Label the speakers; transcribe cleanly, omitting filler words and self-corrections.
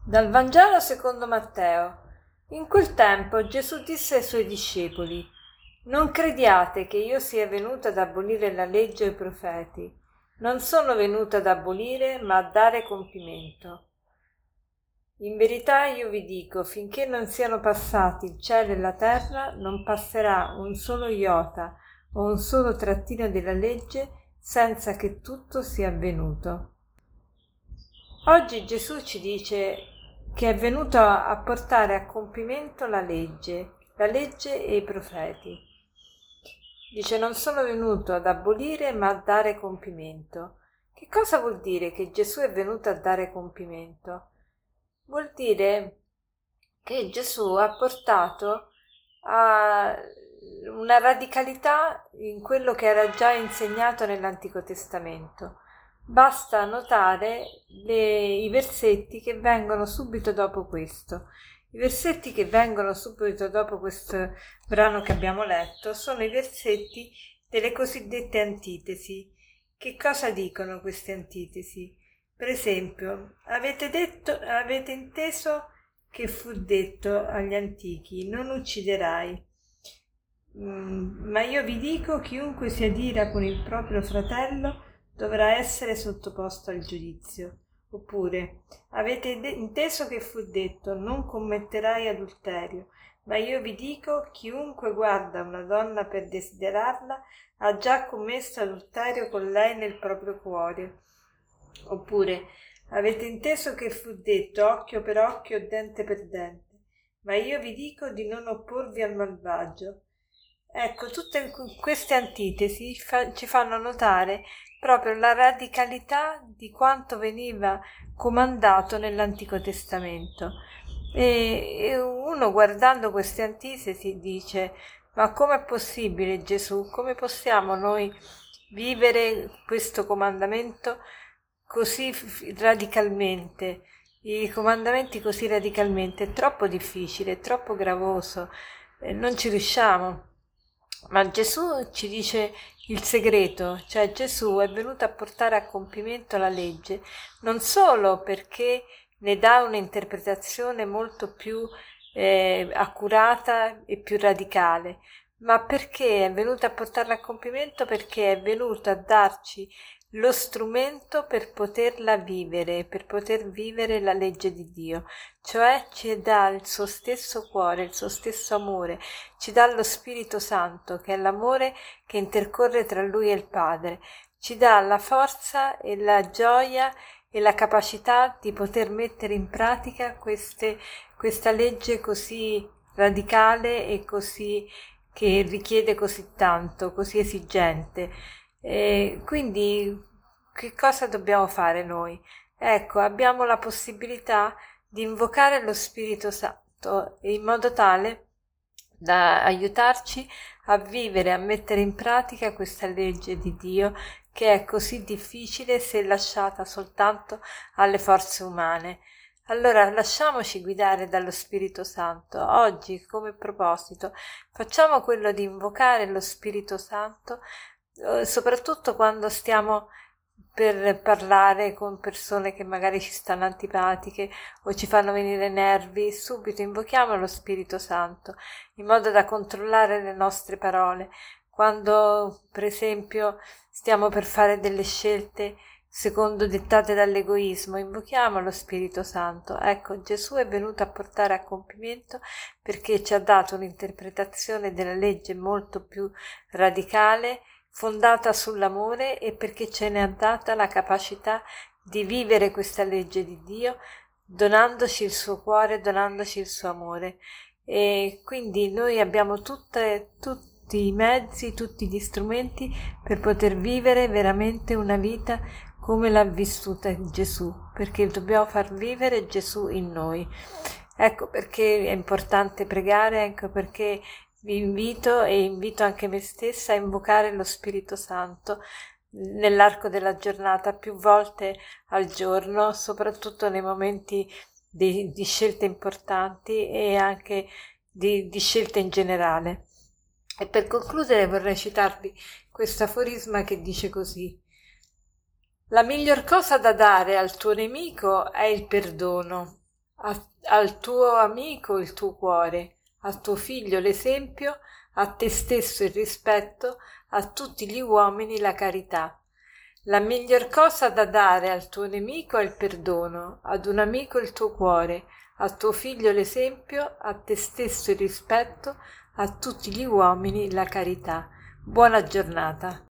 Speaker 1: Dal Vangelo secondo Matteo. In quel tempo Gesù disse ai suoi discepoli: Non crediate che io sia venuto ad abolire la legge e i profeti. Non sono venuto ad abolire, ma a dare compimento. In verità io vi dico, finché non siano passati il cielo e la terra, non passerà un solo iota o un solo trattino della legge senza che tutto sia avvenuto. Oggi Gesù ci dice che è venuto a portare a compimento la legge e i profeti. Dice: non sono venuto ad abolire ma a dare compimento. Che cosa vuol dire che Gesù è venuto a dare compimento? Vuol dire che Gesù ha portato a una radicalità in quello che era già insegnato nell'Antico Testamento. Basta notare i versetti che vengono subito dopo questo. I versetti che vengono subito dopo questo brano che abbiamo letto sono i versetti delle cosiddette antitesi. Che cosa dicono queste antitesi? Per esempio, avete inteso che fu detto agli antichi: non ucciderai. Ma io vi dico, chiunque si adira con il proprio fratello dovrà essere sottoposto al giudizio. Oppure, avete inteso che fu detto: non commetterai adulterio. Ma io vi dico, chiunque guarda una donna per desiderarla ha già commesso adulterio con lei nel proprio cuore. Oppure, avete inteso che fu detto: occhio per occhio, dente per dente. Ma io vi dico di non opporvi al malvagio. Ecco, tutte queste antitesi ci fanno notare proprio la radicalità di quanto veniva comandato nell'Antico Testamento. E uno, guardando queste antitesi, dice: ma com'è possibile, Gesù? Come possiamo noi vivere questo comandamento così radicalmente? I comandamenti così radicalmente è troppo difficile, è troppo gravoso, non ci riusciamo. Ma Gesù ci dice il segreto, cioè Gesù è venuto a portare a compimento la legge, non solo perché ne dà un'interpretazione molto più accurata e più radicale, ma perché è venuto a portarla a compimento, perché è venuto a darci lo strumento per poterla vivere, per poter vivere la legge di Dio, cioè ci dà il suo stesso cuore, il suo stesso amore, ci dà lo Spirito Santo, che è l'amore che intercorre tra Lui e il Padre, ci dà la forza e la gioia e la capacità di poter mettere in pratica questa legge così radicale e così che richiede così tanto, così esigente. Quindi che cosa dobbiamo fare noi? Ecco, abbiamo la possibilità di invocare lo Spirito Santo in modo tale da aiutarci a vivere, a mettere in pratica questa legge di Dio che è così difficile se lasciata soltanto alle forze umane. Allora lasciamoci guidare dallo Spirito Santo. Oggi, come proposito, facciamo quello di invocare lo Spirito Santo, soprattutto quando stiamo per parlare con persone che magari ci stanno antipatiche o ci fanno venire nervi. Subito invochiamo lo Spirito Santo in modo da controllare le nostre parole. Quando, per esempio, stiamo per fare delle scelte secondo dettate dall'egoismo, invochiamo lo Spirito Santo. Ecco, Gesù è venuto a portare a compimento perché ci ha dato un'interpretazione della legge molto più radicale, fondata sull'amore, e perché ce ne ha data la capacità di vivere questa legge di Dio, donandoci il suo cuore, donandoci il suo amore. E quindi noi abbiamo tutti i mezzi, tutti gli strumenti per poter vivere veramente una vita come l'ha vissuta Gesù, perché dobbiamo far vivere Gesù in noi. Ecco perché è importante pregare, ecco perché vi invito e invito anche me stessa a invocare lo Spirito Santo nell'arco della giornata, più volte al giorno, soprattutto nei momenti di scelte importanti e anche di scelte in generale. E per concludere vorrei citarvi questo aforisma che dice così: la miglior cosa da dare al tuo nemico è il perdono. al tuo amico il tuo cuore, a tuo figlio l'esempio, a te stesso il rispetto, a tutti gli uomini la carità. La miglior cosa da dare al tuo nemico è il perdono, ad un amico il tuo cuore, a tuo figlio l'esempio, a te stesso il rispetto, a tutti gli uomini la carità. Buona giornata.